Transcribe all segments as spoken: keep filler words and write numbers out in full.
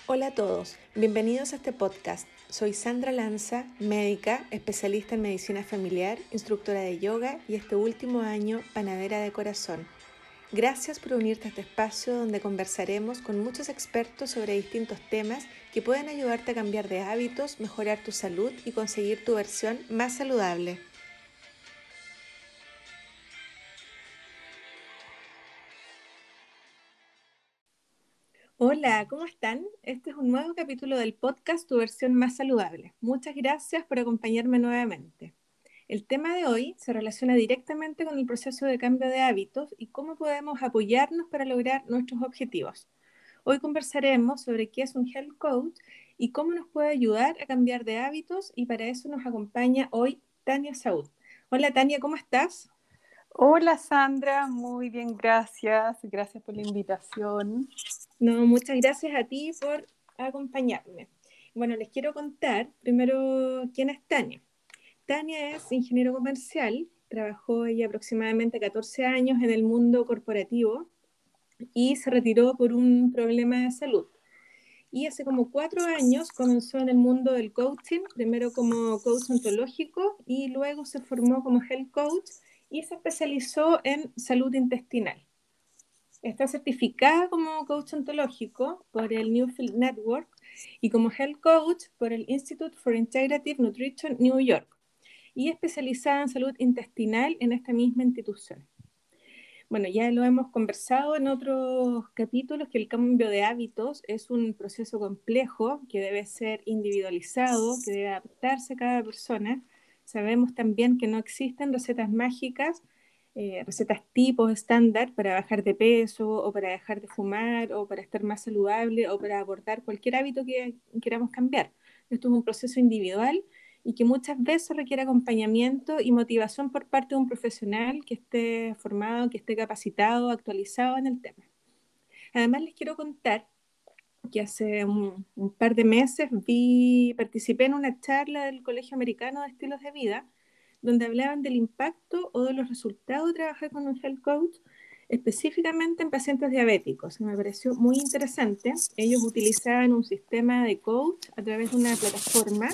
Hola a todos, bienvenidos a este podcast. Soy Sandra Lanza, médica, especialista en medicina familiar, instructora de yoga y este último año panadera de corazón. Gracias por unirte a este espacio donde conversaremos con muchos expertos sobre distintos temas que pueden ayudarte a cambiar de hábitos, mejorar tu salud y conseguir tu versión más saludable. Hola, ¿cómo están? Este es un nuevo capítulo del podcast Tu versión más saludable. Muchas gracias por acompañarme nuevamente. El tema de hoy se relaciona directamente con el proceso de cambio de hábitos y cómo podemos apoyarnos para lograr nuestros objetivos. Hoy conversaremos sobre qué es un health coach y cómo nos puede ayudar a cambiar de hábitos, y para eso nos acompaña hoy Tania Saud. Hola Tania, ¿cómo estás? Hola Sandra, muy bien, gracias. Gracias por la invitación. No, muchas gracias a ti por acompañarme. Bueno, les quiero contar primero quién es Tania. Tania es ingeniero comercial, trabajó ella aproximadamente catorce años en el mundo corporativo y se retiró por un problema de salud. Y hace como cuatro años comenzó en el mundo del coaching, primero como coach ontológico y luego se formó como health coach y se especializó en salud intestinal. Está certificada como coach ontológico por el Newfield Network y como health coach por el Institute for Integrative Nutrition New York, y especializada en salud intestinal en esta misma institución. Bueno, ya lo hemos conversado en otros capítulos, que el cambio de hábitos es un proceso complejo que debe ser individualizado, que debe adaptarse a cada persona. Sabemos también que no existen recetas mágicas, eh, recetas tipo estándar para bajar de peso o para dejar de fumar o para estar más saludable o para abordar cualquier hábito que queramos cambiar. Esto es un proceso individual y que muchas veces requiere acompañamiento y motivación por parte de un profesional que esté formado, que esté capacitado, actualizado en el tema. Además, les quiero contar que hace un, un par de meses vi, participé en una charla del Colegio Americano de Estilos de Vida, donde hablaban del impacto o de los resultados de trabajar con un health coach, específicamente en pacientes diabéticos. Me pareció muy interesante. Ellos utilizaban un sistema de coach a través de una plataforma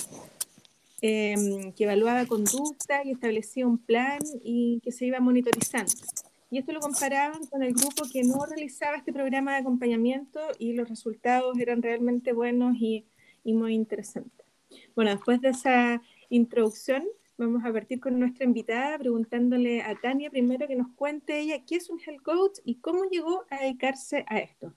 eh, que evaluaba conducta y establecía un plan y que se iba monitorizando. Y esto lo comparaban con el grupo que no realizaba este programa de acompañamiento y los resultados eran realmente buenos y, y muy interesantes. Bueno, después de esa introducción, vamos a partir con nuestra invitada preguntándole a Tania primero que nos cuente ella qué es un health coach y cómo llegó a dedicarse a esto.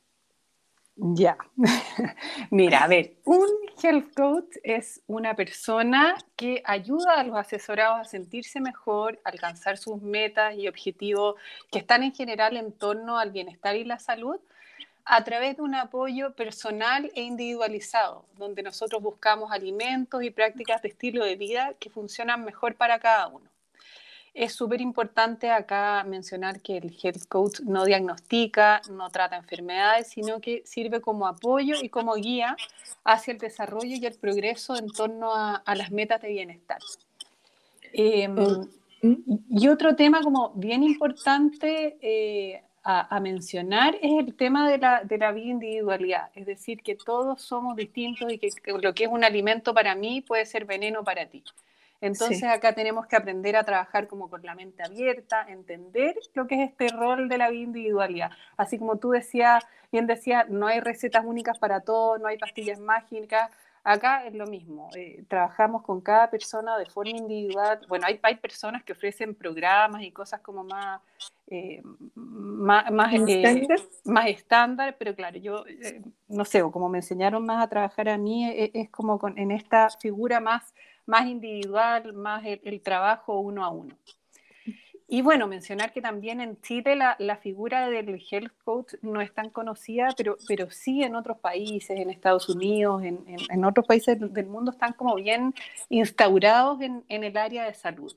Ya, mira, a ver, un health coach es una persona que ayuda a los asesorados a sentirse mejor, a alcanzar sus metas y objetivos que están en general en torno al bienestar y la salud, a través de un apoyo personal e individualizado, donde nosotros buscamos alimentos y prácticas de estilo de vida que funcionan mejor para cada uno. Es súper importante acá mencionar que el health coach no diagnostica, no trata enfermedades, sino que sirve como apoyo y como guía hacia el desarrollo y el progreso en torno a, a las metas de bienestar. Eh, Oh, ¿mm? y otro tema como bien importante eh, a, a mencionar es el tema de la, de la bioindividualidad, es decir, que todos somos distintos y que, que lo que es un alimento para mí puede ser veneno para ti. Sí. Entonces acá tenemos que aprender a trabajar como con la mente abierta, entender lo que es este rol de la bioindividualidad. Así como tú decías, bien decías, no hay recetas únicas para todos, no hay pastillas mágicas. Acá es lo mismo, eh, trabajamos con cada persona de forma individual. Bueno, hay, hay personas que ofrecen programas y cosas como más, eh, más, más, eh, ¿Estándar? más estándar, pero claro, yo eh, no sé, o como me enseñaron más a trabajar a mí, es, es como con, en esta figura más, más individual, más el, el trabajo uno a uno. Y bueno, mencionar que también en Chile la, la figura del health coach no es tan conocida, pero, pero sí en otros países, en Estados Unidos, en, en, en otros países del, del mundo están como bien instaurados en, en el área de salud.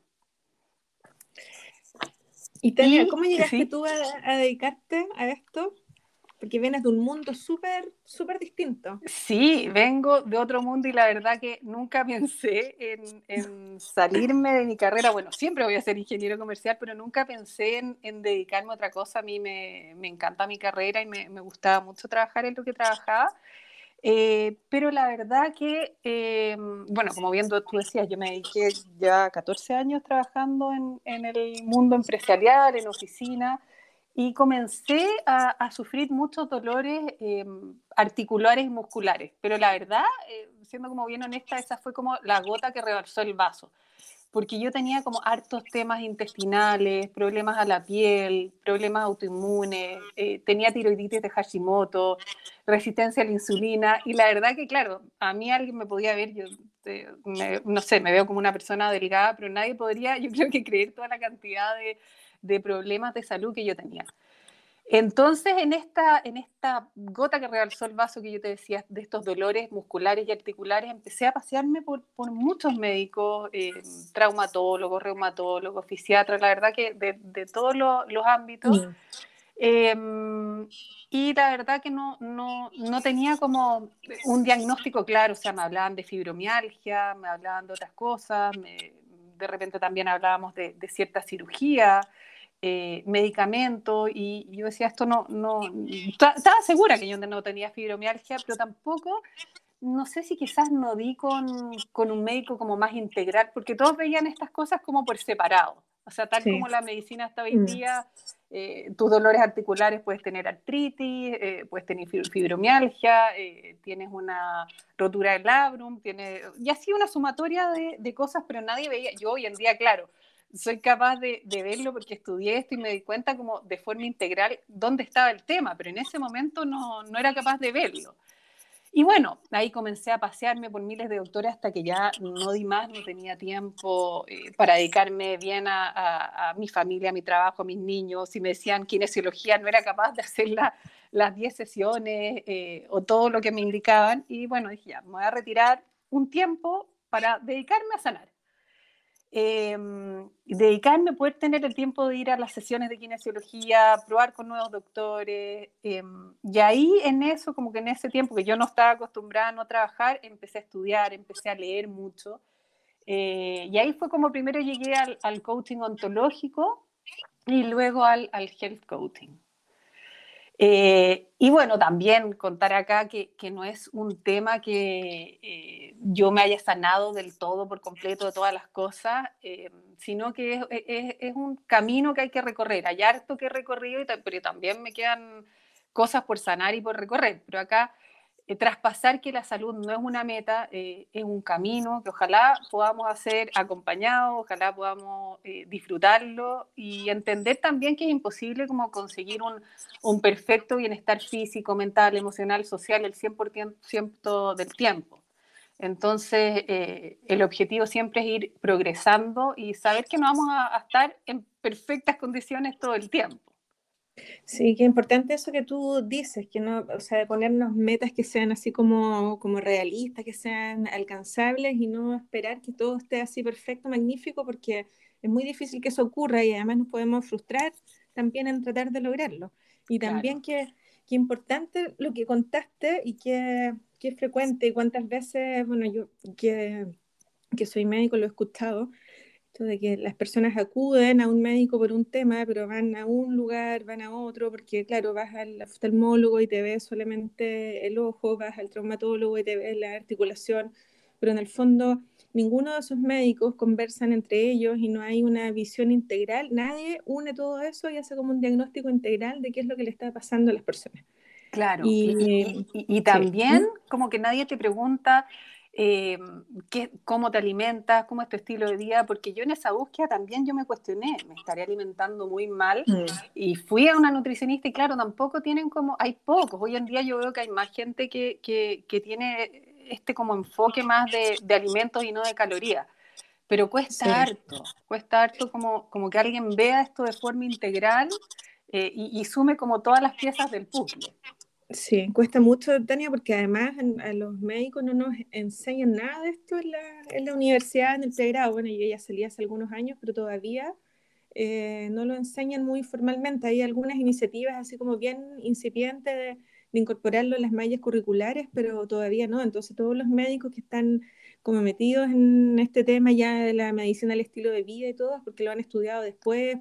Y Tania, Y ¿cómo llegaste sí, tú a, a dedicarte a esto? Porque vienes de un mundo súper, súper distinto. sí, vengo de otro mundo y la verdad que nunca pensé en, en salirme de mi carrera. Bueno, siempre voy a ser ingeniero comercial, pero nunca pensé en, en dedicarme a otra cosa. A mí me, me encanta mi carrera y me, me gustaba mucho trabajar en lo que trabajaba. Eh, pero la verdad que, eh, bueno, como bien tú decías, yo me dediqué ya catorce años trabajando en, en el mundo empresarial, en oficina, y comencé a, a sufrir muchos dolores eh, articulares y musculares. Pero la verdad, eh, siendo como bien honesta, esa fue como la gota que rebalsó el vaso, porque yo tenía como hartos temas intestinales, problemas a la piel, problemas autoinmunes, eh, tenía tiroiditis de Hashimoto, resistencia a la insulina, y la verdad que, claro, a mí alguien me podía ver, yo eh, me, no sé, me veo como una persona delgada, pero nadie podría, yo creo que creer toda la cantidad de, de problemas de salud que yo tenía. Entonces, en esta, en esta gota que rebalsó el vaso que yo te decía, de estos dolores musculares y articulares, empecé a pasearme por, por muchos médicos, eh, traumatólogos, reumatólogos, fisiatras, la verdad que de, de todos los, los ámbitos. Mm. Eh, y la verdad que no, no, no tenía como un diagnóstico claro, o sea, me hablaban de fibromialgia, me hablaban de otras cosas, me, de repente también hablábamos de, de cierta cirugía, eh, medicamentos, y yo decía, esto no, no, estaba segura que yo no tenía fibromialgia, pero tampoco, no sé si quizás no di con, con un médico como más integral, porque todos veían estas cosas como por separado, o sea, tal Sí. como la medicina hasta hoy en Mm. día, eh, tus dolores articulares puedes tener artritis, eh, puedes tener fibromialgia, eh, tienes una rotura del labrum, tienes, y así una sumatoria de, de cosas, pero nadie veía, yo hoy en día, claro, soy capaz de, de verlo porque estudié esto y me di cuenta como de forma integral dónde estaba el tema, pero en ese momento no, no era capaz de verlo. Y bueno, ahí comencé a pasearme por miles de doctores hasta que ya no di más, no tenía tiempo eh, para dedicarme bien a, a, a, mi familia, a mi trabajo, a mis niños. Si me decían kinesiología, no era capaz de hacer la, las diez sesiones eh, o todo lo que me indicaban. Y bueno, dije, ya, me voy a retirar un tiempo para dedicarme a sanar. Eh, dedicarme, poder tener el tiempo de ir a las sesiones de kinesiología, probar con nuevos doctores, eh, y ahí en eso, como que en ese tiempo que yo no estaba acostumbrada a no trabajar, empecé a estudiar, empecé a leer mucho, eh, y ahí fue como primero llegué al, al coaching ontológico y luego al, al health coaching. Eh, y bueno, también contar acá que, que no es un tema que eh, yo me haya sanado del todo, por completo, de todas las cosas, eh, sino que es, es, es, un camino que hay que recorrer. Hay harto que he recorrido, pero también me quedan cosas por sanar y por recorrer. Pero acá eh, traspasar que la salud no es una meta, eh, es un camino que ojalá podamos hacer acompañados, ojalá podamos eh, disfrutarlo y entender también que es imposible como conseguir un, un perfecto bienestar físico, mental, emocional, social el cien por ciento del tiempo. Entonces, eh, el objetivo siempre es ir progresando y saber que no vamos a, a estar en perfectas condiciones todo el tiempo. Sí, qué importante eso que tú dices, que no, o sea, de ponernos metas que sean así como, como realistas, que sean alcanzables y no esperar que todo esté así perfecto, magnífico, porque es muy difícil que eso ocurra y además nos podemos frustrar también en tratar de lograrlo. Y Claro. también que, que importante lo que contaste y que, que es frecuente y cuántas veces, bueno, yo que, que soy médico lo he escuchado esto de que las personas acuden a un médico por un tema, pero van a un lugar, van a otro, porque claro, vas al oftalmólogo y te ves solamente el ojo, vas al traumatólogo y te ves la articulación, pero en el fondo ninguno de esos médicos conversan entre ellos y no hay una visión integral, nadie une todo eso y hace como un diagnóstico integral de qué es lo que le está pasando a las personas. Claro, y, y, Y y, y sí. también como que nadie te pregunta eh, qué, cómo te alimentas, cómo es tu estilo de vida, porque yo en esa búsqueda también yo me cuestioné, me estaré alimentando muy mal Mm. y fui a una nutricionista y claro, tampoco tienen como, hay pocos, hoy en día yo veo que hay más gente que, que, que tiene este como enfoque más de, de alimentos y no de calorías, pero Sí. cuesta harto, cuesta harto como, como que alguien vea esto de forma integral eh, y, y sume como todas las piezas del puzzle. Sí, cuesta mucho, Tania, porque además en- a los médicos no nos enseñan nada de esto en la, en la universidad, en el pregrado. Bueno, yo ya salí hace algunos años, pero todavía eh, no lo enseñan muy formalmente. Hay algunas iniciativas así como bien incipientes de, de incorporarlo en las mallas curriculares, pero todavía no. Entonces todos los médicos que están como metidos en este tema ya de la medicina al estilo de vida y todo, porque lo han estudiado después,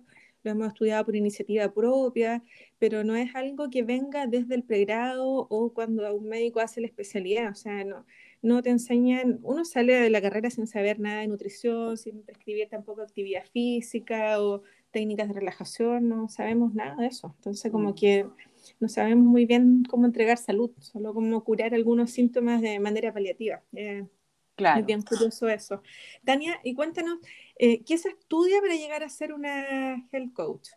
lo hemos estudiado por iniciativa propia, pero no es algo que venga desde el pregrado o cuando un médico hace la especialidad, o sea, no, no te enseñan, uno sale de la carrera sin saber nada de nutrición, sin prescribir tampoco actividad física o técnicas de relajación, no sabemos nada de eso, entonces como Mm. que no sabemos muy bien cómo entregar salud, solo cómo curar algunos síntomas de manera paliativa. Eh, es Claro. bien curioso eso. Tania, y cuéntanos, eh, ¿qué se estudia para llegar a ser una health coach?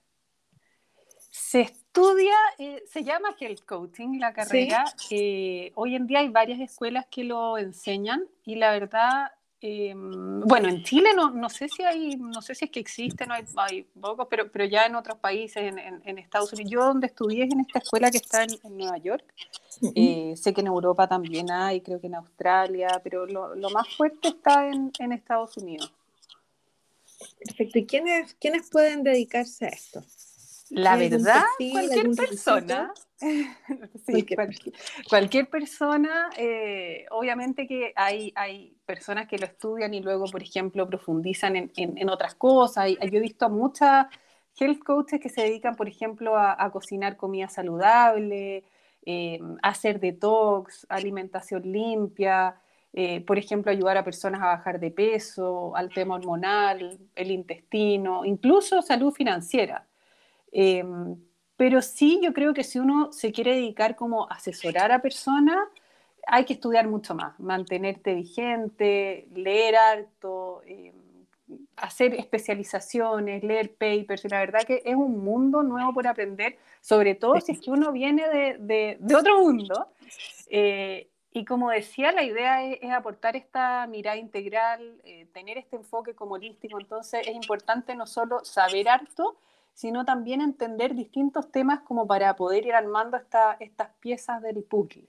Se estudia, eh, se llama Health Coaching la Sí, carrera. Eh, hoy en día hay varias escuelas que lo enseñan y la verdad, eh, bueno, en Chile no, no sé si hay, no sé si es que existe, no hay, hay pocos, pero, pero ya en otros países, en, en, en Estados Unidos, yo donde estudié es en esta escuela que está en, en Nueva York. mm, Eh, sé que en Europa también hay, creo que en Australia, pero lo, lo más fuerte está en, en Estados Unidos. perfecto. ¿Y quiénes, quiénes pueden dedicarse a esto? La ¿Hay algún verdad, perfil, cualquier algún requisito? persona, sí, Cualquier cualquier, persona. cualquier persona, eh, obviamente que hay, hay personas que lo estudian y luego, por ejemplo, profundizan en, en, en otras cosas. Y, yo he visto a muchas health coaches que se dedican, por ejemplo, a, a cocinar comida saludable, eh, a hacer detox, alimentación limpia, eh, por ejemplo, ayudar a personas a bajar de peso, al tema hormonal, el intestino, incluso salud financiera. Eh, pero sí, yo creo que si uno se quiere dedicar como a asesorar a personas, hay que estudiar mucho más, mantenerte vigente, leer harto, eh, hacer especializaciones, leer papers. Y la verdad que es un mundo nuevo por aprender, sobre todo si es Sí. que uno viene de, de, de otro mundo. Eh, y como decía, la idea es, es aportar esta mirada integral, eh, tener este enfoque como holístico. Entonces es importante no solo saber harto, sino también entender distintos temas como para poder ir armando esta, estas piezas del puzzle.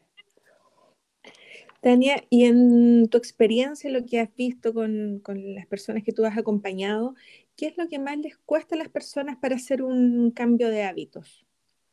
Tania, y en tu experiencia, lo que has visto con, con las personas que tú has acompañado, ¿qué es lo que más les cuesta a las personas para hacer un cambio de hábitos?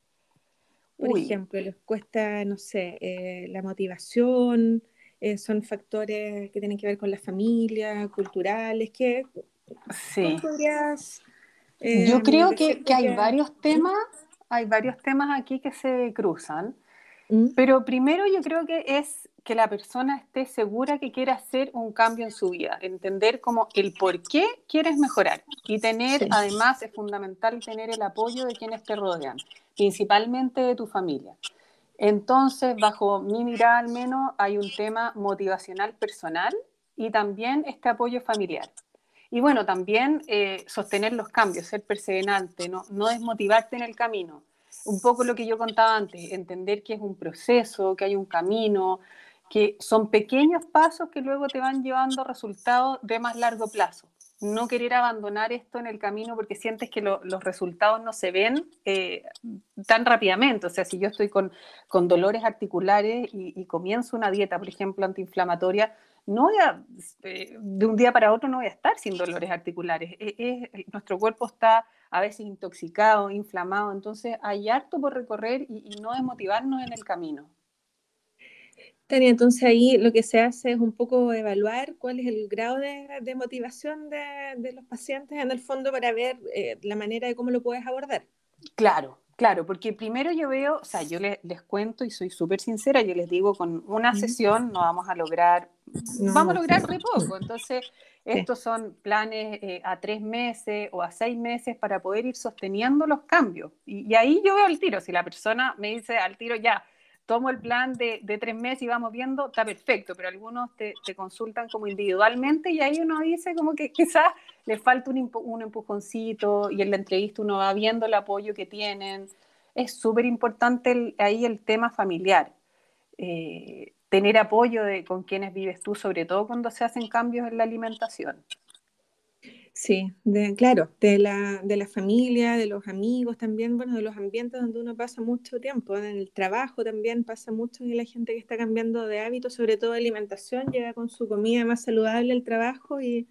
Por Uy, ejemplo, les cuesta, no sé, eh, la motivación, eh, son factores que tienen que ver con la familia, culturales, que, ¿cómo sí. podrías Yo eh, creo que, que decirte hay que... varios temas, hay varios temas aquí que se cruzan. ¿Mm? Pero primero yo creo que es que la persona esté segura que quiere hacer un cambio en su vida, entender como el por qué quieres mejorar y tener, Sí, además es fundamental tener el apoyo de quienes te rodean, principalmente de tu familia. Entonces, bajo mi mirada al menos, hay un tema motivacional personal y también este apoyo familiar. Y bueno, también eh, sostener los cambios, ser perseverante, no, no desmotivarte en el camino. Un poco lo que yo contaba antes, entender que es un proceso, que hay un camino, que son pequeños pasos que luego te van llevando resultados de más largo plazo. No querer abandonar esto en el camino porque sientes que lo, los resultados no se ven eh, tan rápidamente. O sea, si yo estoy con, con dolores articulares y, y comienzo una dieta, por ejemplo, antiinflamatoria, no voy a, eh, de un día para otro no voy a estar sin dolores articulares. Es, es, nuestro cuerpo está a veces intoxicado, inflamado, entonces hay harto por recorrer y, y no desmotivarnos en el camino. Tania, entonces ahí lo que se hace es un poco evaluar cuál es el grado de, de motivación de, de los pacientes en el fondo para ver eh, la manera de cómo lo puedes abordar. Claro, claro, porque primero yo veo, o sea, yo les, les cuento y soy súper sincera, yo les digo, con una ¿Mm? sesión no vamos a lograr, No, vamos a no. lograr re poco, entonces Sí. estos son planes eh, a tres meses o a seis meses para poder ir sosteniendo los cambios. Y, y ahí yo veo el tiro, si la persona me dice al tiro ya, tomo el plan de, de tres meses y vamos viendo, está perfecto, pero algunos te, te consultan como individualmente y ahí uno dice como que quizás le falta un, un empujoncito y en la entrevista uno va viendo el apoyo que tienen. Es súper importante el, ahí el tema familiar. Eh, tener apoyo de con quienes vives tú, sobre todo cuando se hacen cambios en la alimentación. Sí, de, claro, de la, de la familia, de los amigos también, bueno, de los ambientes donde uno pasa mucho tiempo, en el trabajo también pasa mucho que la gente que está cambiando de hábito, sobre todo de alimentación, llega con su comida más saludable al trabajo y,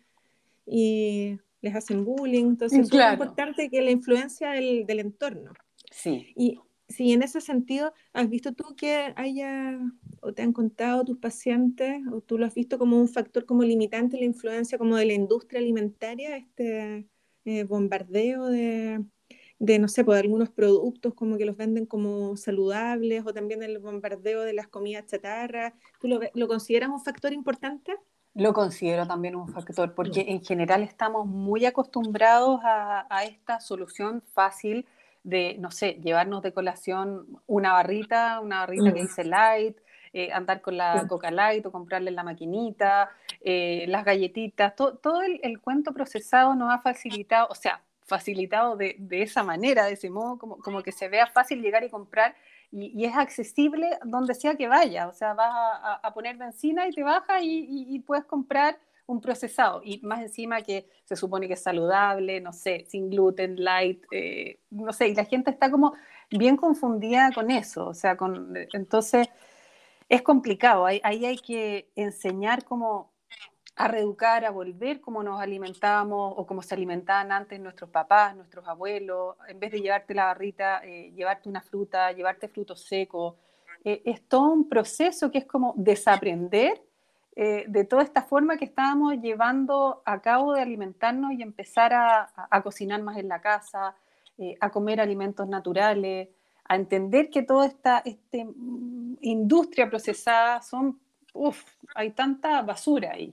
y les hacen bullying, entonces es súper Claro, importante que la influencia del, del entorno. sí. Y si en ese sentido, ¿has visto tú que haya o te han contado tus pacientes o tú lo has visto como un factor como limitante la influencia como de la industria alimentaria, este eh, bombardeo de, de, no sé, pues algunos productos como que los venden como saludables o también el bombardeo de las comidas chatarra. ¿Tú lo, ve- lo consideras un factor importante? Lo considero también un factor, Mm. porque en general estamos muy acostumbrados a, a esta solución fácil de, no sé, llevarnos de colación una barrita, una barrita que Mm. dice light, eh, andar con Sí. la Coca Light o comprarle en la maquinita, eh, las galletitas, to- todo el, el cuento procesado nos ha facilitado, o sea, facilitado de, de esa manera, de ese modo, como, como que se vea fácil llegar y comprar y, y es accesible donde sea que vaya, o sea, vas a, a poner benzina y te baja y, y, y puedes comprar un procesado, y más encima que se supone que es saludable, no sé, sin gluten, light, eh, no sé, y la gente está como bien confundida con eso, o sea, con, entonces es complicado, ahí, ahí hay que enseñar cómo a reeducar, a volver como nos alimentábamos o como se alimentaban antes nuestros papás, nuestros abuelos, en vez de llevarte la barrita, eh, llevarte una fruta, llevarte frutos secos. Eh, es todo un proceso que es como desaprender eh, de toda esta forma que estábamos llevando a cabo de alimentarnos y empezar a, a, a cocinar más en la casa, eh, a comer alimentos naturales, a entender que toda esta este, mm, industria procesada son, uff, hay tanta basura ahí.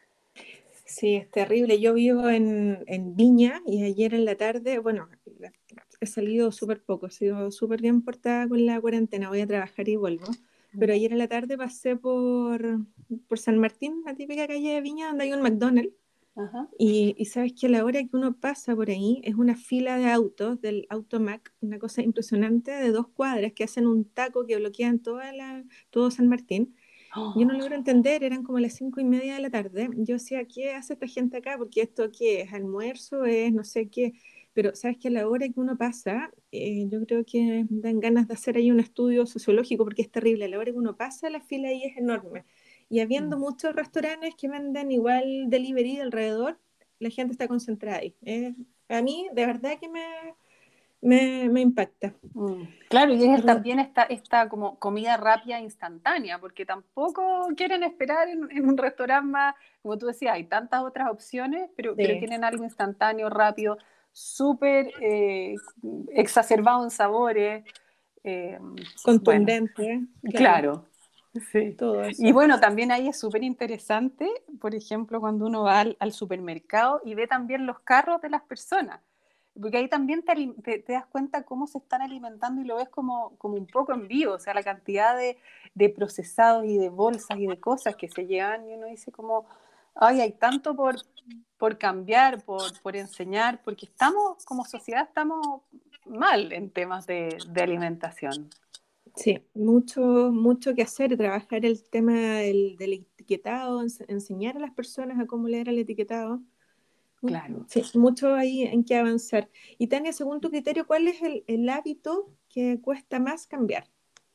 Sí, es terrible. Yo vivo en, en Viña y ayer en la tarde, bueno, la- he salido súper poco, he sido súper bien portada con la cuarentena, voy a trabajar y vuelvo. Pero ayer en la tarde pasé por, por San Martín, la típica calle de Viña donde hay un McDonald's. Ajá. Y, y sabes que a la hora que uno pasa por ahí es una fila de autos del Automac, una cosa impresionante de dos cuadras que hacen un taco que bloquean toda la, todo San Martín. Yo no Oh, logro entender, eran como las cinco y media de la tarde. Yo decía, ¿qué hace esta gente acá? Porque esto, ¿qué es? ¿Almuerzo? ¿Es no sé qué? Pero sabes que a la hora que uno pasa, eh, yo creo que dan ganas de hacer ahí un estudio sociológico porque es terrible. A la hora que uno pasa, la fila ahí es enorme. Y habiendo mm. muchos restaurantes que venden igual delivery alrededor, la gente está concentrada ahí. Eh, a mí, de verdad que me, me, me impacta. Mm. Claro, y es Pero, también esta, esta como comida rápida instantánea, porque tampoco quieren esperar en, en un restaurante más, como tú decías, hay tantas otras opciones, pero, pero sí, quieren algo instantáneo, rápido, súper eh, exacerbado en sabores. eh, bueno, contundente, claro, claro, sí. todo Y eso. bueno, también ahí es súper interesante, por ejemplo, cuando uno va al, al supermercado y ve también los carros de las personas, porque ahí también te, alim- te- te das cuenta cómo se están alimentando y lo ves como, como un poco en vivo, o sea, la cantidad de, de procesados y de bolsas y de cosas que se llevan y uno dice como, ay, hay tanto por, por cambiar, por, por enseñar, porque estamos, como sociedad, estamos mal en temas de, de alimentación. Sí, mucho, mucho que hacer, trabajar el tema del, del etiquetado, ens- enseñar a las personas a cómo leer el etiquetado. Mm, Claro. sí, mucho ahí en que avanzar. Y Tania, según tu criterio, ¿cuál es el, el hábito que cuesta más cambiar?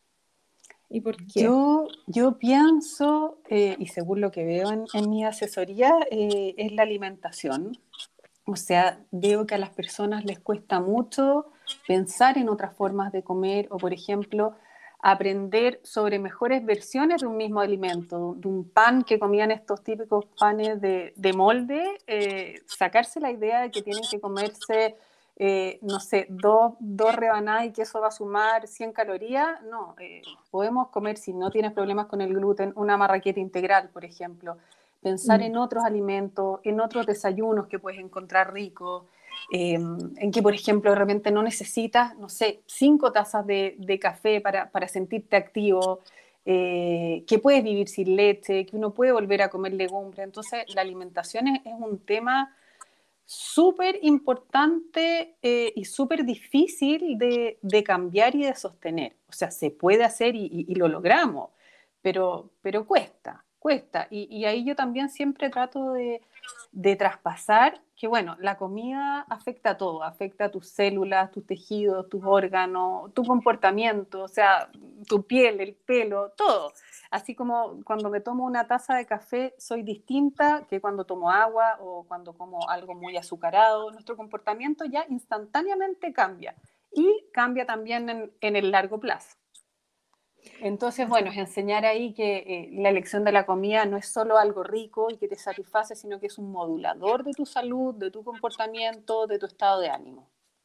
¿Y por qué? Yo, yo pienso, eh, y según lo que veo en, en mi asesoría, eh, es la alimentación. O sea, veo que a las personas les cuesta mucho pensar en otras formas de comer o, por ejemplo, aprender sobre mejores versiones de un mismo alimento, de un pan que comían estos típicos panes de, de molde, eh, sacarse la idea de que tienen que comerse, eh, no sé, dos, dos rebanadas y que eso va a sumar cien calorías. No, eh, podemos comer, si no tienes problemas con el gluten, una marraqueta integral, por ejemplo, pensar Mm. en otros alimentos, en otros desayunos que puedes encontrar ricos, eh, en que, por ejemplo, de repente no necesitas, no sé, cinco tazas de, de café para, para sentirte activo, eh, que puedes vivir sin leche, que uno puede volver a comer legumbres. Entonces, la alimentación es, es un tema súper importante eh, y súper difícil de, de cambiar y de sostener. O sea, se puede hacer y, y- y lo logramos, pero, pero cuesta, cuesta. Y, y ahí yo también siempre trato de, de traspasar que, bueno, la comida afecta a todo, afecta a tus células, tus tejidos, tus órganos, tu comportamiento, o sea, tu piel, el pelo, todo. Así como cuando me tomo una taza de café soy distinta que cuando tomo agua o cuando como algo muy azucarado, nuestro comportamiento ya instantáneamente cambia y cambia también en, en el largo plazo. Entonces, bueno, es enseñar ahí que eh, la elección de la comida no es solo algo rico y que te satisface, sino que es un modulador de tu salud, de tu comportamiento, de tu estado de ánimo.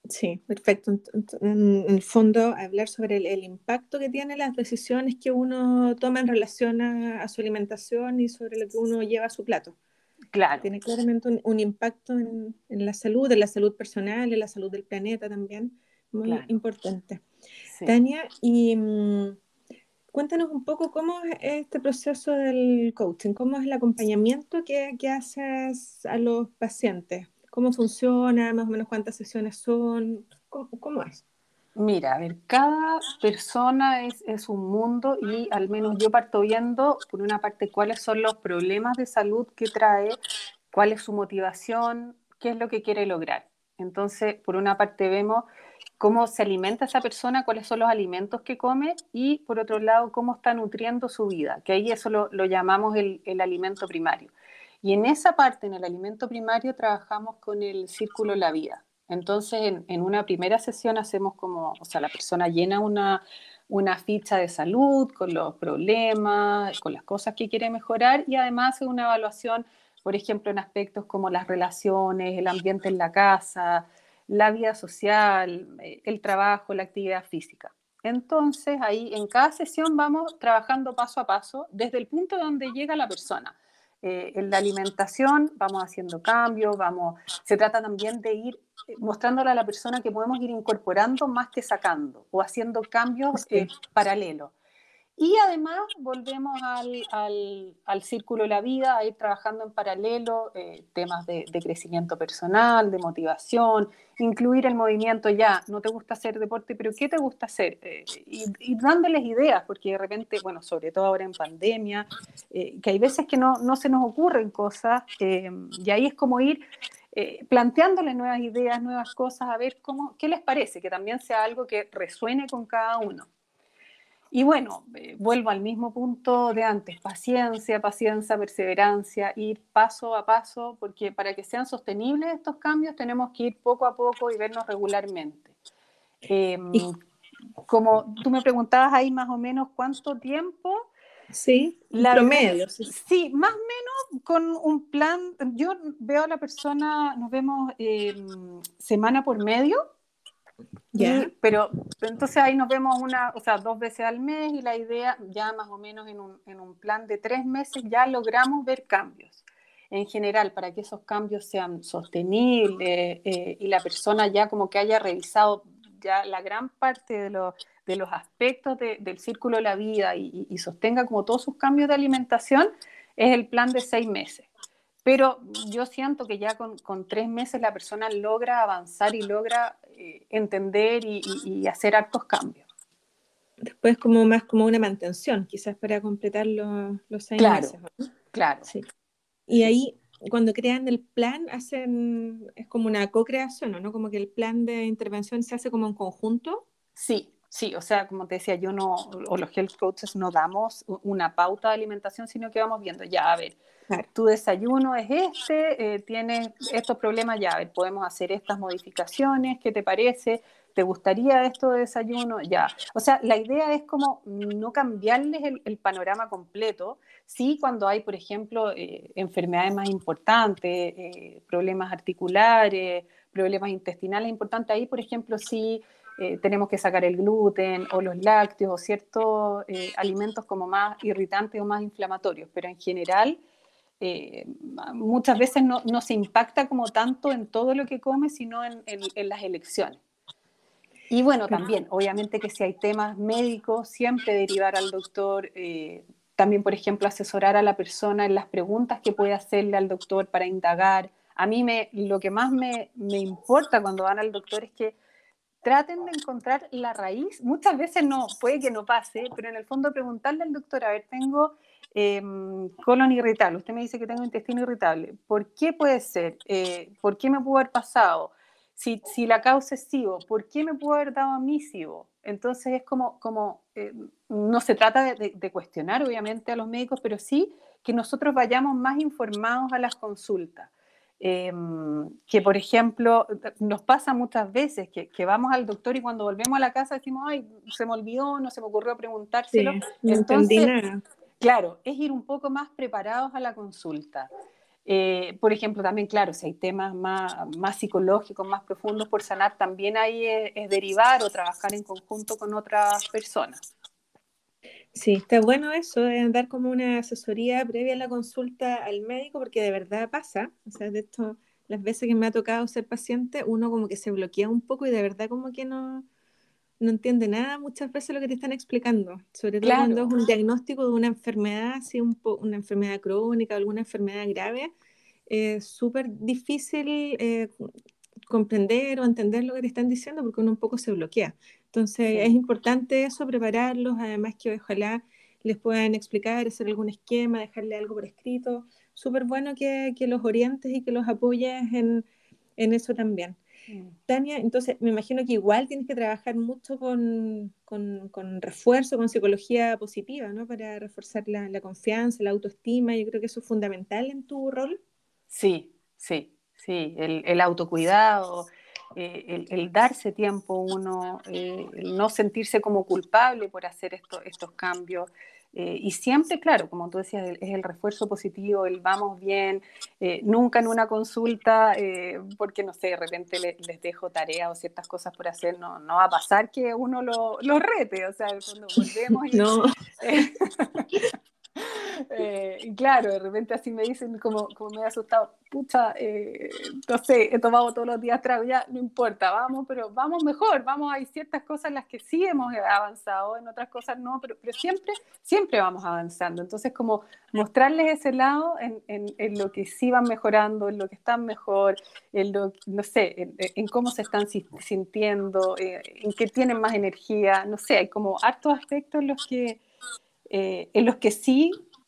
Sí, perfecto. Ent- ent- En el fondo, hablar sobre el, el impacto que tienen las decisiones que uno toma en relación a, a su alimentación y sobre lo que uno lleva a su plato. Claro, Tiene claramente un, un impacto en, en la salud, en la salud personal, en la salud del planeta también, muy claro, importante. sí. Tania, y mm, cuéntanos un poco cómo es este proceso del coaching, cómo es el acompañamiento que, que haces a los pacientes, cómo funciona, más o menos cuántas sesiones son, cómo, cómo es. Mira, a ver, cada persona es, es un mundo y al menos yo parto viendo, por una parte, cuáles son los problemas de salud que trae, cuál es su motivación, qué es lo que quiere lograr. Entonces, por una parte vemos cómo se alimenta esa persona, cuáles son los alimentos que come y, por otro lado, cómo está nutriendo su vida, que ahí eso lo, lo llamamos el, el alimento primario. Y en esa parte, en el alimento primario, trabajamos con el círculo La Vida. Entonces, en, en una primera sesión hacemos como, o sea, la persona llena una, una ficha de salud con los problemas, con las cosas que quiere mejorar y además hace una evaluación, por ejemplo, en aspectos como las relaciones, el ambiente en la casa, la vida social, eh, el trabajo, la actividad física. Entonces, ahí en cada sesión vamos trabajando paso a paso desde el punto donde llega la persona. Eh, en la alimentación vamos haciendo cambios, vamos, se trata también de ir eh, mostrándole a la persona que podemos ir incorporando más que sacando o haciendo cambios eh, Sí, paralelos. Y además volvemos al, al, al círculo de la vida, a ir trabajando en paralelo eh, temas de, de crecimiento personal, de motivación, incluir el movimiento ya, no te gusta hacer deporte, pero ¿qué te gusta hacer? Eh, y, y dándoles ideas, porque de repente, bueno, sobre todo ahora en pandemia, eh, que hay veces que no, no se nos ocurren cosas, eh, y ahí es como ir eh, planteándoles nuevas ideas, nuevas cosas, a ver cómo, qué les parece, que también sea algo que resuene con cada uno. Y bueno, eh, vuelvo al mismo punto de antes, paciencia, paciencia, perseverancia, ir paso a paso, porque para que sean sostenibles estos cambios tenemos que ir poco a poco y vernos regularmente. Eh, y, Como tú me preguntabas ahí más o menos cuánto tiempo, sí, un la verdad promedio, sí, es, sí, más o menos con un plan, yo veo a la persona, nos vemos eh, semana por medio. ya, Y, pero entonces ahí nos vemos una, o sea, dos veces al mes y la idea ya más o menos en un, en un plan de tres meses ya logramos ver cambios. En general, para que esos cambios sean sostenibles eh, y la persona ya como que haya revisado ya la gran parte de, lo, de los aspectos de, del círculo de la vida y, y, y sostenga como todos sus cambios de alimentación, es el plan de seis meses. Pero yo siento que ya con, con tres meses la persona logra avanzar y logra eh, entender y, y, y hacer hartos cambios. después como más como una mantención, quizás para completar los, los seis Claro, meses, ¿no? claro, Sí. Y sí. ahí, cuando crean el plan, hacen, es como una co-creación, ¿no? Como que el plan de intervención se hace como en conjunto. Sí, sí, o sea, como te decía, yo no, o los health coaches no damos una pauta de alimentación, sino que vamos viendo, ya, a ver, Claro. tu desayuno es este, eh, tienes estos problemas, ya, a ver, podemos hacer estas modificaciones, ¿qué te parece? ¿Te gustaría esto de desayuno? Ya. O sea, la idea es como no cambiarles el, el panorama completo, sí cuando hay, por ejemplo, eh, enfermedades más importantes, eh, problemas articulares, problemas intestinales importantes, ahí, por ejemplo, sí eh, tenemos que sacar el gluten o los lácteos o ciertos eh, alimentos como más irritantes o más inflamatorios, pero en general eh, muchas veces no, no, se impacta como tanto en todo lo que come, sino en, en, en las elecciones. Y bueno, también, obviamente que si hay temas médicos, siempre derivar al doctor, eh, también, por ejemplo, asesorar a la persona en las preguntas que puede hacerle al doctor para indagar. A mí me, lo que más me, me importa cuando van al doctor es que traten de encontrar la raíz. Muchas veces no, puede que no pase, pero en el fondo preguntarle al doctor, a ver, tengo eh, colon irritable, usted me dice que tengo intestino irritable, ¿por qué puede ser? Eh, ¿Por qué me pudo haber pasado? Si, si la causa es SIBO, ¿por qué me pudo haber dado a mí SIBO? Entonces es como, como eh, no se trata de, de, de cuestionar obviamente a los médicos, pero sí que nosotros vayamos más informados a las consultas. Eh, que por ejemplo nos pasa muchas veces que, que, vamos al doctor y cuando volvemos a la casa decimos, ay, se me olvidó, no se me ocurrió preguntárselo. Sí, no entendí Entonces, nada. claro, es ir un poco más preparados a la consulta. Eh, por ejemplo, también, claro, si hay temas más, más psicológicos, más profundos por sanar, también ahí es, es derivar o trabajar en conjunto con otras personas. Sí, está bueno eso de dar como una asesoría previa a la consulta al médico, porque de verdad pasa. O sea, de esto, las veces que me ha tocado ser paciente, uno como que se bloquea un poco y de verdad como que no, no entiende nada muchas veces lo que te están explicando, sobre todo cuando es Claro, un diagnóstico de una enfermedad, así un po- una enfermedad crónica, alguna enfermedad grave, es súper difícil eh, comprender o entender lo que te están diciendo porque uno un poco se bloquea. Entonces es sí. importante eso, prepararlos, además que ojalá les puedan explicar, hacer algún esquema, dejarle algo por escrito. Súper bueno que, que los orientes y que los apoyes en, en eso también. Mm. Tania, entonces me imagino que igual tienes que trabajar mucho con, con, con refuerzo, con psicología positiva, ¿no? Para reforzar la, la confianza, la autoestima. Yo creo que eso es fundamental en tu rol. Sí, sí, sí, el, el autocuidado, eh, el, el darse tiempo uno, eh, el no sentirse como culpable por hacer esto- estos cambios. Eh, y siempre, claro, como tú decías, el- es el refuerzo positivo, el vamos bien, eh, nunca en una consulta, eh, porque no sé, de repente le- les dejo tareas o ciertas cosas por hacer, no, no va a pasar que uno lo, lo rete, o sea, cuando volvemos y... No, eh, Eh, y claro, de repente así me dicen, como, como me he asustado, pucha, eh, no sé, he tomado todos los días trago, ya no importa, vamos, pero vamos mejor, vamos, hay ciertas cosas en las que sí hemos avanzado, en otras cosas no, pero, pero siempre, siempre vamos avanzando. Entonces, como mostrarles ese lado en, en, en lo que sí van mejorando, en lo que están mejor, en lo, no sé, en, en cómo se están sintiendo, eh, en que tienen más energía, no sé, hay como hartos aspectos en los que eh, en los que sí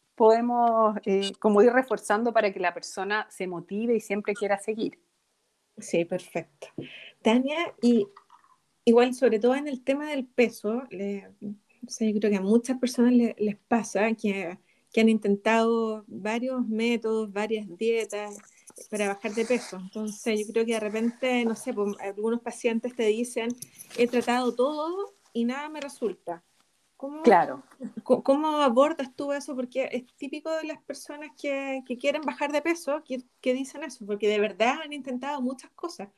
podemos eh, como ir reforzando para que la persona se motive y siempre quiera seguir. sí, perfecto. Tania, y igual sobre todo en el tema del peso, le- o sea, yo creo que a muchas personas le- les pasa que, que han intentado varios métodos, varias dietas para bajar de peso. Entonces yo creo que de repente, no sé, pues, algunos pacientes te dicen, he tratado todo y nada me resulta. ¿Cómo, Claro, co- cómo abordas tú eso? Porque es típico de las personas que, que quieren bajar de peso que, que dicen eso, porque de verdad han intentado muchas cosas.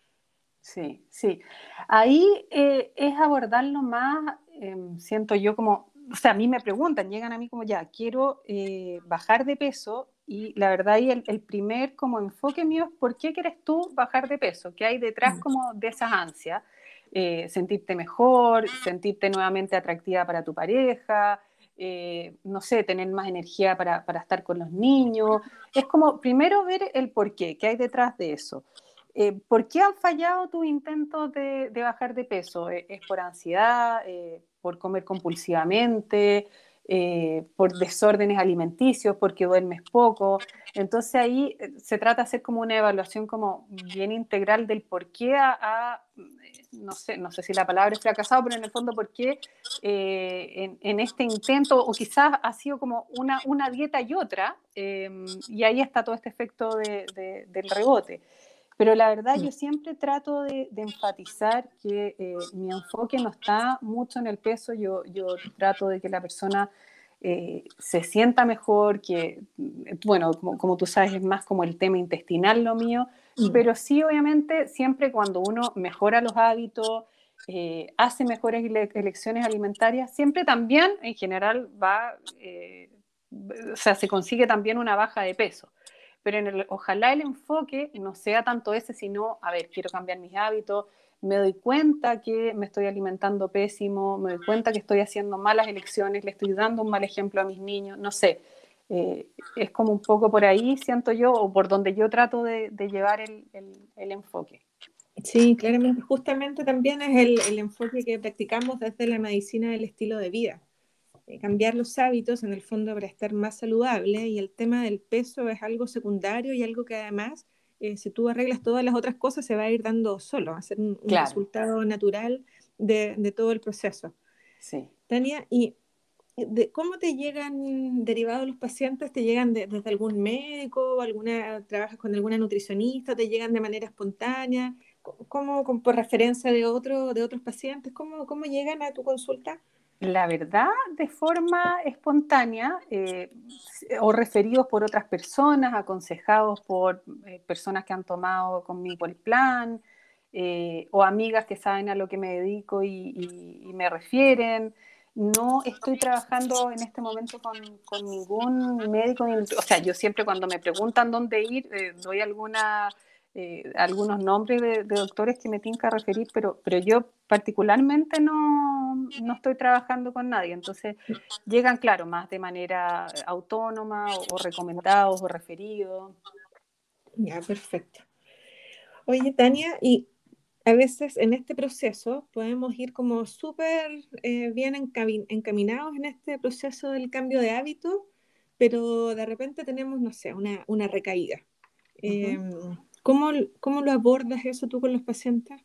sí, sí. Ahí eh, es abordarlo más, eh, siento yo como, o sea, a mí me preguntan, llegan a mí como ya, quiero eh, bajar de peso y la verdad ahí el, el primer como enfoque mío es ¿por qué quieres tú bajar de peso? ¿Qué hay detrás como de esas ansias? Eh, sentirte mejor, sentirte nuevamente atractiva para tu pareja, eh, no sé, tener más energía para, para estar con los niños. Es como primero ver el por qué, qué hay detrás de eso. Eh, ¿por qué han fallado tus intentos de, de bajar de peso? ¿Es, es por ansiedad, eh, por comer compulsivamente, eh, por desórdenes alimenticios, porque duermes poco? Entonces ahí eh, se trata de hacer como una evaluación como bien integral del por qué a, a, no sé, no sé si la palabra es fracasado, pero en el fondo por qué eh, en, en, este intento, o quizás ha sido como una, una dieta y otra, eh, y ahí está todo este efecto de, de, del rebote. Pero la verdad yo siempre trato de, de enfatizar que eh, mi enfoque no está mucho en el peso, yo, yo trato de que la persona eh, se sienta mejor, que, bueno, como, como tú sabes, es más como el tema intestinal lo mío, Mm. pero sí, obviamente, siempre cuando uno mejora los hábitos, eh, hace mejores ele elecciones alimentarias, siempre también, en general, va, eh, o sea, se consigue también una baja de peso. Pero en el, ojalá el enfoque no sea tanto ese, sino, a ver, quiero cambiar mis hábitos, me doy cuenta que me estoy alimentando pésimo, me doy cuenta que estoy haciendo malas elecciones, le estoy dando un mal ejemplo a mis niños, no sé. Eh, es como un poco por ahí, siento yo, o por donde yo trato de, de llevar el, el, el enfoque. Sí, claramente, justamente también es el, el enfoque que practicamos desde la medicina del estilo de vida. Eh, cambiar los hábitos en el fondo para estar más saludable y el tema del peso es algo secundario y algo que además, eh, si tú arreglas todas las otras cosas, se va a ir dando solo, va a ser un, un Claro, resultado natural de, de todo el proceso. sí. Tania, ¿y de, cómo te llegan derivados los pacientes? ¿Te llegan de- desde algún médico, alguna, trabajas con alguna nutricionista, te llegan de manera espontánea? ¿Cómo, cómo- por referencia de, otro, de otros pacientes? ¿Cómo, cómo llegan a tu consulta? La verdad, de forma espontánea, eh, o referidos por otras personas, aconsejados por eh, personas que han tomado conmigo el plan, eh, o amigas que saben a lo que me dedico y, y- y me refieren. No estoy trabajando en este momento con, con ningún médico, ni nutri- o sea, yo siempre cuando me preguntan dónde ir, eh, doy alguna eh, algunos nombres de, de doctores que me tinca referir, pero, pero yo particularmente no, no estoy trabajando con nadie. Entonces llegan, claro, más de manera autónoma o, o recomendados o referidos. Ya, perfecto. Oye, Tania, y a veces en este proceso podemos ir como súper eh, bien encamin- encaminados en este proceso del cambio de hábito, pero de repente tenemos, no sé, una, una recaída. Eh, Ujú. ¿cómo, cómo lo abordas eso tú con los pacientes?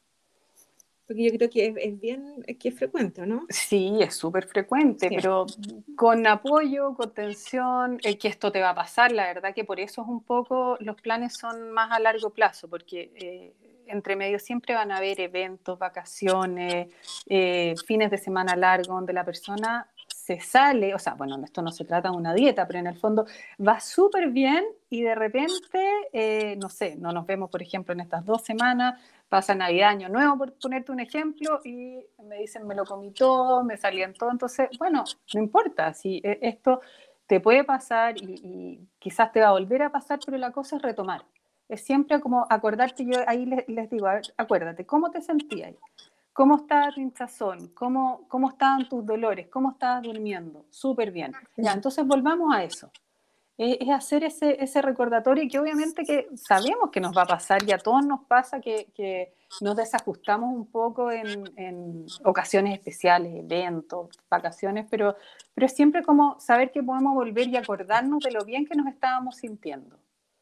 Porque yo creo que es, es bien, es que es frecuente, ¿no? Sí, es súper frecuente, Sí. pero con apoyo, contención, eh, que esto te va a pasar. La verdad que por eso es un poco, los planes son más a largo plazo, porque eh, entre medio siempre van a haber eventos, vacaciones, eh, fines de semana largos, donde la persona se sale, o sea, bueno, esto no se trata de una dieta, pero en el fondo va súper bien y de repente, eh, no sé, no nos vemos, por ejemplo, en estas dos semanas, pasa Navidad, Año Nuevo, por ponerte un ejemplo, y me dicen, me lo comí todo, me salían todo, entonces, bueno, no importa, si e- esto te puede pasar y, y quizás te va a volver a pasar, pero la cosa es retomar. Es siempre como acordarte, yo ahí les, les digo, a ver, acuérdate, ¿cómo te sentías? ¿Cómo estaba tu hinchazón? ¿Cómo, cómo estaban tus dolores? ¿Cómo estabas durmiendo? Súper bien. Ya, entonces volvamos a eso. Es, es hacer ese, ese recordatorio y que obviamente que sabemos que nos va a pasar y a todos nos pasa que, que nos desajustamos un poco en, en ocasiones especiales, eventos, vacaciones, pero, pero es siempre como saber que podemos volver y acordarnos de lo bien que nos estábamos sintiendo.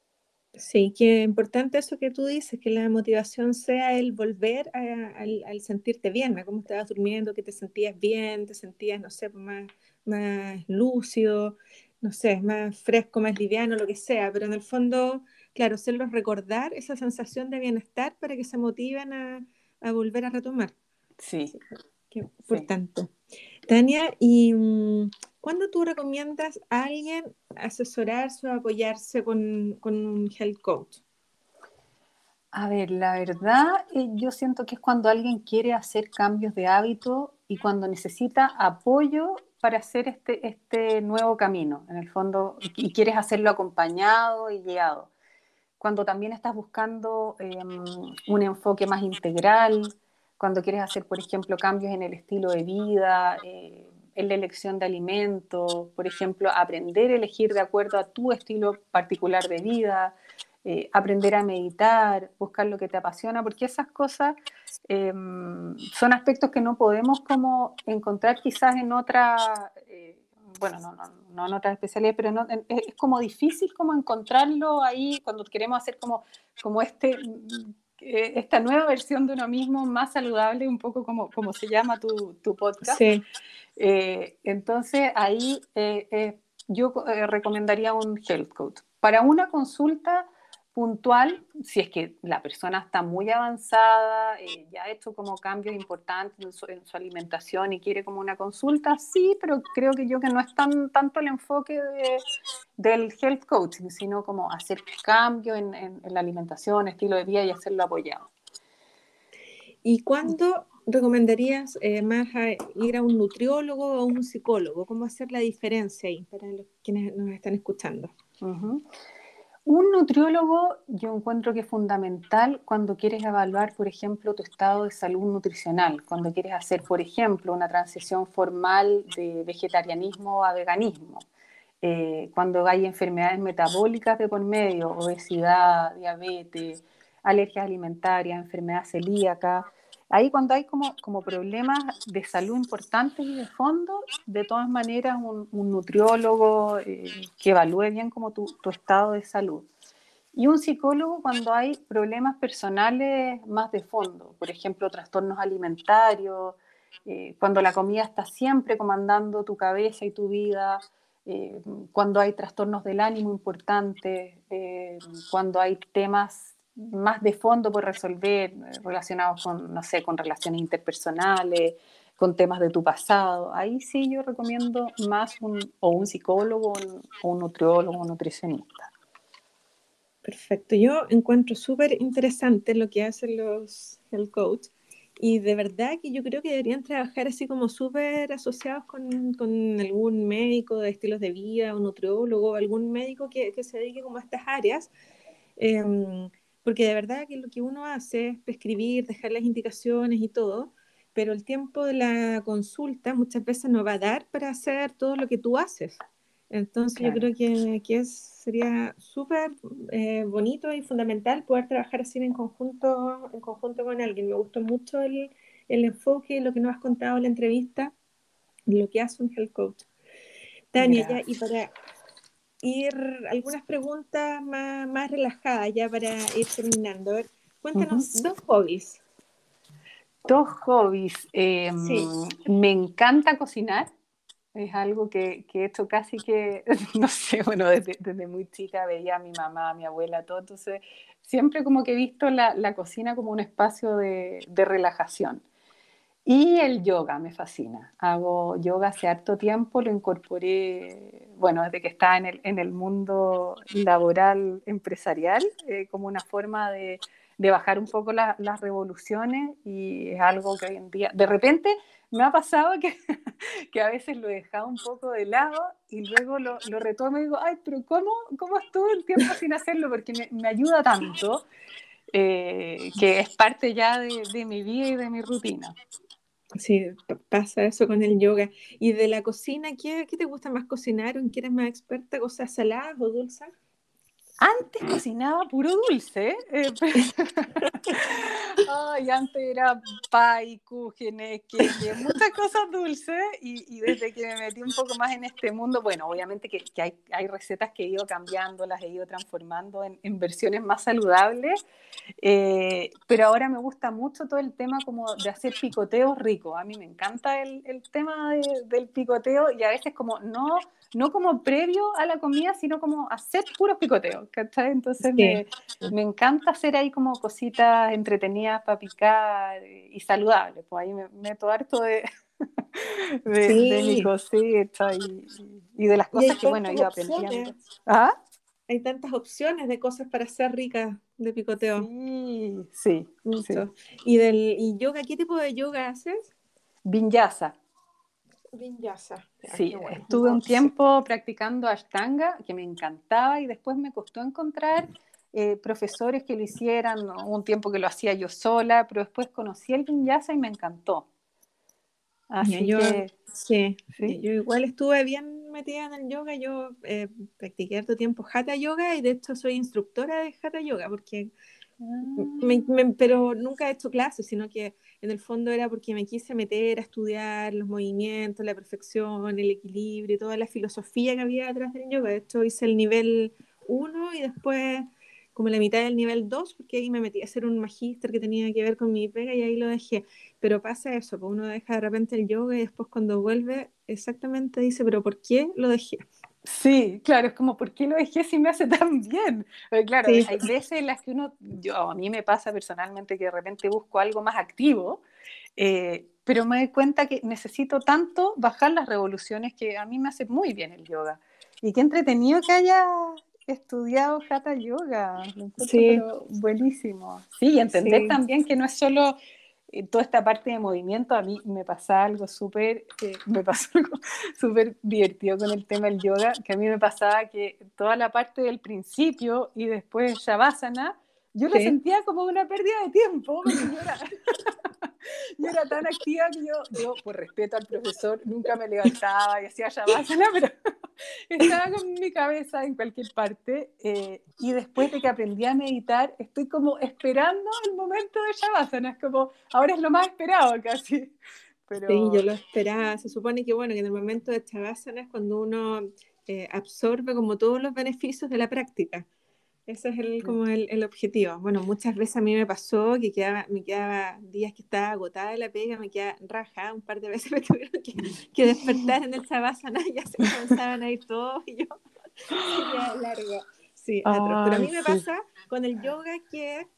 Sí, qué importante eso que tú dices, que la motivación sea el volver a- al, al sentirte bien, a cómo estabas durmiendo, que te sentías bien, te sentías, no sé, más, más lúcido, no sé, más fresco, más liviano, lo que sea, pero en el fondo, claro, hacerlos recordar esa sensación de bienestar para que se motiven a, a volver a retomar. Sí, Sí, qué sí. importante. Tania, ¿y mm, cuándo tú recomiendas a alguien asesorarse o apoyarse con, con un health coach? A ver, la verdad, eh, yo siento que es cuando alguien quiere hacer cambios de hábito y cuando necesita apoyo para hacer este, este nuevo camino, en el fondo, y, y quieres hacerlo acompañado y guiado. Cuando también estás buscando eh, un enfoque más integral, cuando quieres hacer, por ejemplo, cambios en el estilo de vida, eh, en la elección de alimentos, por ejemplo, aprender a elegir de acuerdo a tu estilo particular de vida, eh, aprender a meditar, buscar lo que te apasiona, porque esas cosas eh, son aspectos que no podemos como encontrar quizás en otra, eh, bueno, no, no, no en otras especialidades, pero no, en, es como difícil como encontrarlo ahí cuando queremos hacer como, como este, eh, esta nueva versión de uno mismo más saludable, un poco como, como se llama tu, tu podcast. Sí, Eh, entonces ahí eh, eh, yo eh, recomendaría un health coach. Para una consulta puntual, si es que la persona está muy avanzada, eh, ya ha hecho como cambios importantes en su, en su alimentación y quiere como una consulta, sí, pero creo que yo que no es tan, tanto el enfoque de, del health coaching, sino como hacer cambios en, en, en la alimentación, estilo de vida y hacerlo apoyado. ¿y cuándo recomendarías eh, más a ir a un nutriólogo o a un psicólogo? ¿Cómo hacer la diferencia ahí para los quienes nos están escuchando? Uh -huh. Un nutriólogo yo encuentro que es fundamental cuando quieres evaluar, por ejemplo, tu estado de salud nutricional, cuando quieres hacer, por ejemplo, una transición formal de vegetarianismo a veganismo, eh, cuando hay enfermedades metabólicas de por medio, obesidad, diabetes, alergias alimentarias, enfermedad celíaca. Ahí cuando hay como, como problemas de salud importantes y de fondo, de todas maneras un, un nutriólogo eh, que evalúe bien como tu, tu estado de salud. Y un psicólogo cuando hay problemas personales más de fondo, por ejemplo, trastornos alimentarios, eh, cuando la comida está siempre comandando tu cabeza y tu vida, eh, cuando hay trastornos del ánimo importantes, eh, cuando hay temas más de fondo por resolver, eh, relacionados con, no sé, con relaciones interpersonales, con temas de tu pasado. Ahí sí yo recomiendo más un, o un psicólogo o un, o un nutriólogo o nutricionista. Perfecto. Yo encuentro súper interesante lo que hacen los health coach y de verdad que yo creo que deberían trabajar así como súper asociados con, con algún médico de estilos de vida, un nutriólogo, algún médico que, que se dedique como a estas áreas, eh, porque de verdad que lo que uno hace es prescribir, dejar las indicaciones y todo, pero el tiempo de la consulta muchas veces no va a dar para hacer todo lo que tú haces. Entonces yo Claro. creo que, que es, sería súper eh, bonito y fundamental poder trabajar así en conjunto, en conjunto con alguien. Me gustó mucho el, el enfoque, lo que nos has contado en la entrevista, lo que hace un health coach. Tania, ya, y Gracias. para ir algunas preguntas más, más relajadas, ya para ir terminando. A ver, Uh-huh. cuéntanos dos hobbies. Dos hobbies. Eh, Sí, me encanta cocinar. Es algo que, que he hecho casi que, no sé, bueno, desde, desde muy chica veía a mi mamá, a mi abuela, todo. Entonces, siempre como que he visto la, la cocina como un espacio de, de relajación. Y el yoga me fascina. Hago yoga hace harto tiempo, lo incorporé, bueno, desde que estaba en el, en el mundo laboral empresarial, eh, como una forma de, de bajar un poco la, las revoluciones y es algo que hoy en día, de repente me ha pasado que, que a veces lo he dejado un poco de lado y luego lo, lo retomo y digo, ay, pero ¿cómo, cómo estuve el tiempo sin hacerlo? Porque me, me ayuda tanto, eh, que es parte ya de, de mi vida y de mi rutina. sí, p- pasa eso con el yoga. Y de la cocina, ¿qué, qué te gusta más cocinar? ¿En qué eres más experta? ¿Cosas saladas o dulces? Antes cocinaba puro dulce, eh, pero- Ay, antes era pay, cúgenes, queque, muchas cosas dulces y, y desde que me metí un poco más en este mundo, bueno, obviamente que, que hay, hay recetas que he ido cambiando, las he ido transformando en, en versiones más saludables, eh, pero ahora me gusta mucho todo el tema como de hacer picoteos ricos. A mí me encanta el, el tema de- del picoteo y a veces como no, no como previo a la comida, sino como hacer puros picoteos, ¿cachai? Entonces Sí, me, me encanta hacer ahí como cositas entretenidas para picar y saludables. Pues ahí me meto harto de, de, de mi sí. cosecha y, y de las Y cosas hay que, bueno, he tantas ido aprendiendo. opciones, ¿Ah? hay tantas opciones de cosas para hacer ricas de picoteo. Sí, sí, sí. Mucho. ¿Y del y yoga, qué tipo de yoga haces? Vinyasa. Vinyasa. Ah, qué Sí, bueno. estuve No un sé. tiempo practicando Ashtanga, que me encantaba, y después me costó encontrar eh, profesores que lo hicieran. ¿No? Hubo un tiempo que lo hacía yo sola, pero después conocí el Vinyasa y me encantó. Ya, Así yo que, sí, ya, sí. yo igual estuve bien metida en el yoga. Yo eh, practiqué harto tiempo Hatha Yoga y de hecho soy instructora de Hatha Yoga porque me- Ah, me- pero nunca he hecho clases, sino que en el fondo era porque me quise meter a estudiar los movimientos, la perfección, el equilibrio, toda la filosofía que había detrás del yoga. De hecho, hice el nivel uno y después como la mitad del nivel dos porque ahí me metí a hacer un magíster que tenía que ver con mi pega y ahí lo dejé. Pero pasa eso, pues uno deja de repente el yoga y después cuando vuelve exactamente dice, pero ¿por qué lo dejé? sí, claro, es como, ¿por qué lo dejé si me hace tan bien? Eh, claro, Sí, hay veces en las que uno, yo, a mí me pasa personalmente que de repente busco algo más activo, eh, pero me doy cuenta que necesito tanto bajar las revoluciones que a mí me hace muy bien el yoga. Y qué entretenido que haya estudiado Hatha Yoga, lo encuentro sí, pero buenísimo. Sí, y entender sí. también que no es solo eh, toda esta parte de movimiento, a mí me pasa algo súper, eh, me pasó algo súper divertido con el tema del yoga, que a mí me pasaba que toda la parte del principio y después Shavasana, yo lo Sí. sentía como una pérdida de tiempo, porque yo era, yo era tan activa que yo, yo, por respeto al profesor, nunca me levantaba y hacía Shavasana, pero estaba con mi cabeza en cualquier parte. Eh, y después de que aprendí a meditar, estoy como esperando el momento de Shavasana, es como, ahora es lo más esperado casi. Sí, yo Pero lo esperaba. Se supone que, bueno, que en el momento de Shavasana es cuando uno eh, absorbe como todos los beneficios de la práctica. Ese es el, como el, el objetivo. Bueno, muchas veces a mí me pasó que quedaba, me quedaba días que estaba agotada de la pega, me quedaba raja, un par de veces me tuvieron que, que despertar en el Shavasana y ya se comenzaban a ir todos y yo seguía largo. Sí, atroz. Pero a ay, mí me sí. pasa con el yoga que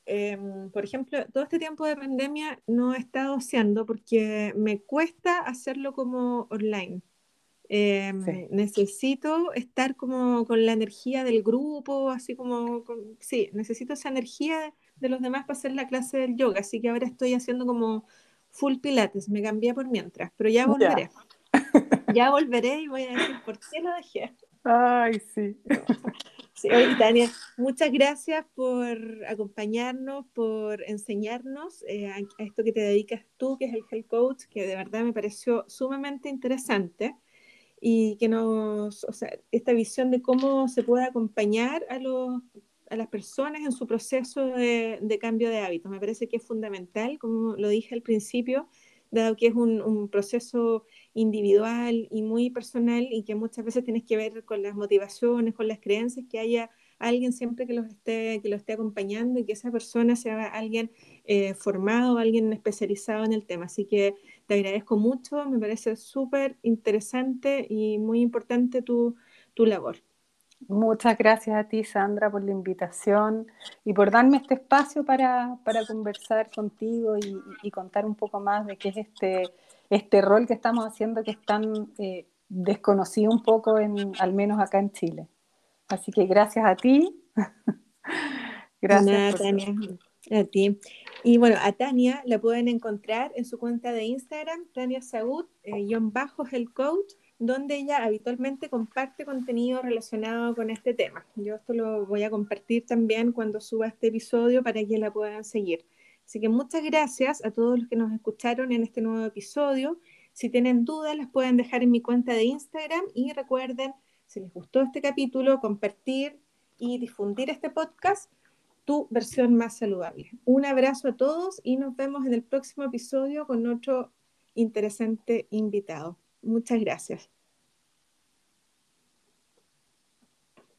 eh, por ejemplo, todo este tiempo de pandemia no he estado haciendo porque me cuesta hacerlo como online. Eh, Sí. necesito estar como con la energía del grupo, así como, con- sí, necesito esa energía de los demás para hacer la clase del yoga, así que ahora estoy haciendo como full pilates, me cambié por mientras, pero ya Ya. volveré, ya volveré y voy a decir por qué lo dejé. Ay, sí. Sí, oye, Tania, muchas gracias por acompañarnos, por enseñarnos eh, a, a esto que te dedicas tú, que es el health coach, que de verdad me pareció sumamente interesante y que nos, o sea, esta visión de cómo se puede acompañar a los, a las personas en su proceso de, de cambio de hábitos. Me parece que es fundamental, como lo dije al principio, dado que es un, un proceso individual y muy personal y que muchas veces tienes que ver con las motivaciones, con las creencias, que haya alguien siempre que los esté, que lo esté acompañando y que esa persona sea alguien eh, formado, alguien especializado en el tema. Así que te agradezco mucho, me parece súper interesante y muy importante tu, tu labor. Muchas gracias a ti, Sandra, por la invitación y por darme este espacio para, para conversar contigo y, y contar un poco más de qué es este, este rol que estamos haciendo que es tan eh, desconocido un poco, en, al menos acá en Chile. Así que gracias a ti, De gracias nada, por todo. Tania, a ti. Y bueno, a Tania la pueden encontrar en su cuenta de Instagram, Tania Saúd, eh, guión bajo el coach, donde ella habitualmente comparte contenido relacionado con este tema. Yo esto lo voy a compartir también cuando suba este episodio para que la puedan seguir. Así que muchas gracias a todos los que nos escucharon en este nuevo episodio. Si tienen dudas, las pueden dejar en mi cuenta de Instagram y recuerden, si les gustó este capítulo, compartir y difundir este podcast, tu versión más saludable. Un abrazo a todos y nos vemos en el próximo episodio con otro interesante invitado. Muchas gracias.